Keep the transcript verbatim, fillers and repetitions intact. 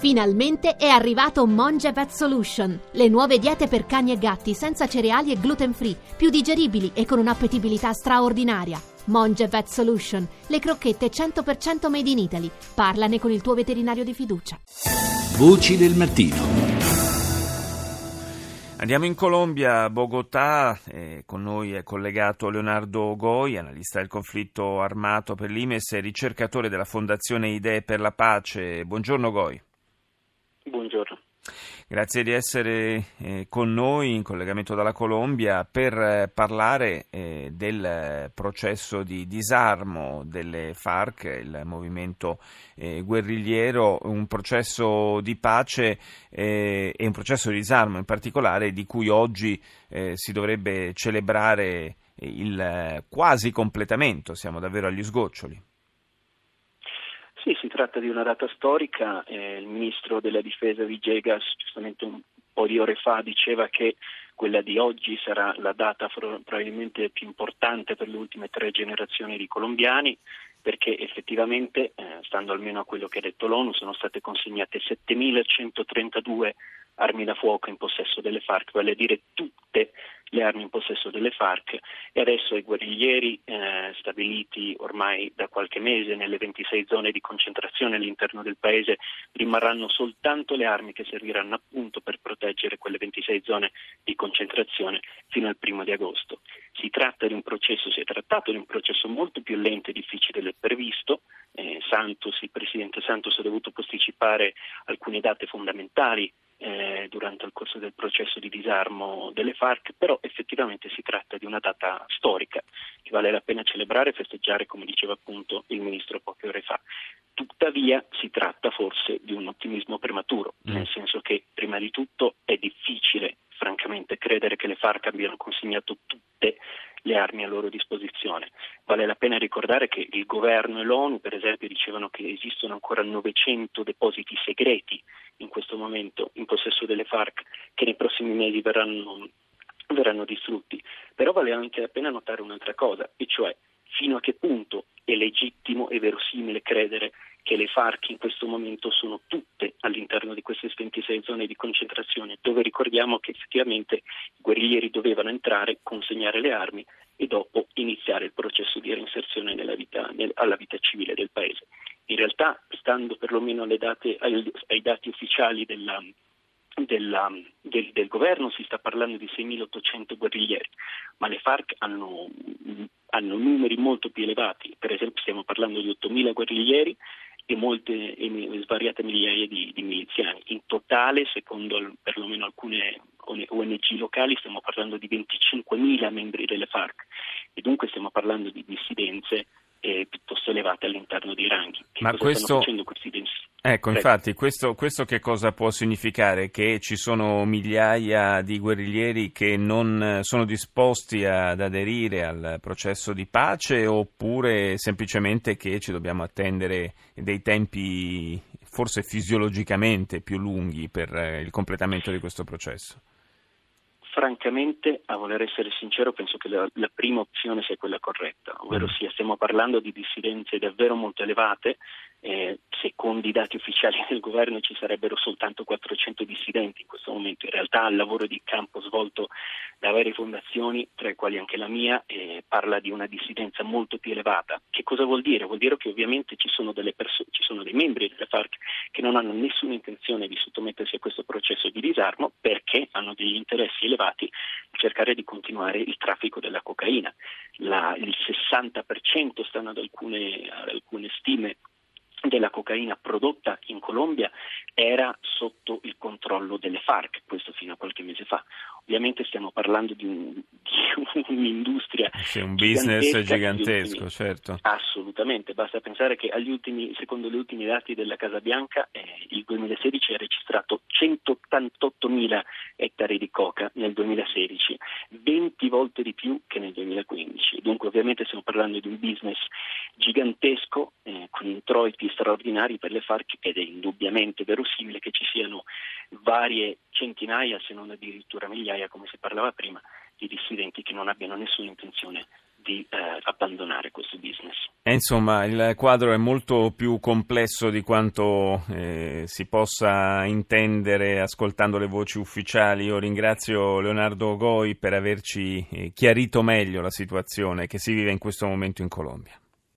Finalmente è arrivato Monge Vet Solution, le nuove diete per cani e gatti senza cereali e gluten free, più digeribili e con un'appetibilità straordinaria. Monge Vet Solution, le crocchette cento per cento made in Italy. Parlane con il tuo veterinario di fiducia. Voci del mattino. Andiamo in Colombia, a Bogotà, eh, con noi è collegato Leonardo Goi, analista del conflitto armato per l'I M E S e ricercatore della Fondazione Idee per la Pace. Buongiorno Goi. Buongiorno. Grazie di essere eh, con noi in collegamento dalla Colombia per eh, parlare eh, del processo di disarmo delle FARC, il movimento eh, guerrigliero, un processo di pace eh, e un processo di disarmo in particolare di cui oggi eh, si dovrebbe celebrare il eh, quasi completamento, siamo davvero agli sgoccioli. Sì, si tratta di una data storica. Eh, il ministro della difesa Villegas giustamente un po' di ore fa diceva che quella di oggi sarà la data probabilmente più importante per le ultime tre generazioni di colombiani, perché effettivamente, eh, stando almeno a quello che ha detto l'ONU, sono state consegnate settemilacentotrentadue armi da fuoco in possesso delle FARC, vale a dire tutte le armi in possesso delle FARC, e adesso i guerriglieri eh, stabiliti ormai da qualche mese nelle ventisei zone di concentrazione all'interno del paese rimarranno soltanto le armi che serviranno appunto per proteggere quelle ventisei zone di concentrazione fino al primo di agosto. Si tratta di un processo, si è trattato di un processo molto più lento e difficile del previsto. Eh, Santos, il presidente Santos ha dovuto posticipare alcune date fondamentali Eh, durante il corso del processo di disarmo delle FARC, però effettivamente si tratta di una data storica che vale la pena celebrare e festeggiare, come diceva appunto il ministro poche ore fa. Tuttavia si tratta forse di un ottimismo prematuro, mm. nel senso che prima di tutto è difficile francamente credere che le FARC abbiano consegnato tutte le armi a loro disposizione. Vale la pena ricordare che il governo e l'ONU, per esempio, dicevano che esistono ancora novecento depositi segreti in questo momento in possesso delle FARC, che nei prossimi mesi verranno, verranno distrutti. Però vale anche la pena notare un'altra cosa, e cioè fino a che punto è legittimo e verosimile credere che le FARC in questo momento sono tutte all'interno di queste ventisei zone di concentrazione, dove ricordiamo che effettivamente i guerriglieri dovevano entrare, consegnare le armi e dopo iniziare il processo di reinserzione nella vita, nel, alla vita civile del paese. In realtà, stando perlomeno alle date, ai, ai dati ufficiali della, della, del, del governo, si sta parlando di seimilaottocento guerriglieri, ma le FARC hanno, hanno numeri molto più elevati. Per esempio stiamo parlando di ottomila guerriglieri e molte e svariate migliaia di, di miliziani. In totale, secondo perlomeno alcune O N G locali, stiamo parlando di venticinquemila membri delle FARC e dunque stiamo parlando di dissidenze eh, piuttosto elevate all'interno dei ranghi. Che Ma cosa questo... stanno facendo questi dens- Ecco, Prego. infatti, questo, questo che cosa può significare? Che ci sono migliaia di guerriglieri che non sono disposti ad aderire al processo di pace, oppure semplicemente che ci dobbiamo attendere dei tempi forse fisiologicamente più lunghi per il completamento di questo processo? Francamente, a voler essere sincero, penso che la, la prima opzione sia quella corretta, ovvero sia stiamo parlando di dissidenze davvero molto elevate. Eh, secondo i dati ufficiali del governo ci sarebbero soltanto quattrocento dissidenti in questo momento. In realtà il lavoro di campo svolto da varie fondazioni, tra le quali anche la mia, eh, parla di una dissidenza molto più elevata. Che cosa vuol dire? Vuol dire che ovviamente ci sono delle persone, ci sono dei membri delle FARC che non hanno nessuna intenzione di sottomettersi a questo processo di disarmo, perché hanno degli interessi elevati a cercare di continuare il traffico della cocaina. La, il sessanta per cento, stanno ad alcune, ad alcune stime, della cocaina prodotta in Colombia era sotto il controllo delle FARC, questo fino a qualche mese fa. Ovviamente stiamo parlando di, un, di un'industria sì, un business gigantesco, ultimi, certo. Assolutamente, basta pensare che agli ultimi, secondo gli ultimi dati della Casa Bianca, eh, il duemilasedici ha registrato centottantottomila ettari di coca nel duemilasedici, venti volte di più che nel duemilaquindici. Dunque ovviamente stiamo parlando di un business gigantesco eh, con introiti straordinari per le FARC, ed è indubbiamente verosimile che ci siano varie centinaia, se non addirittura migliaia, come si parlava prima, di dissidenti che non abbiano nessuna intenzione di eh, abbandonare questo business. E insomma, il quadro è molto più complesso di quanto eh, si possa intendere ascoltando le voci ufficiali. Io ringrazio Leonardo Goi per averci eh, chiarito meglio la situazione che si vive in questo momento in Colombia.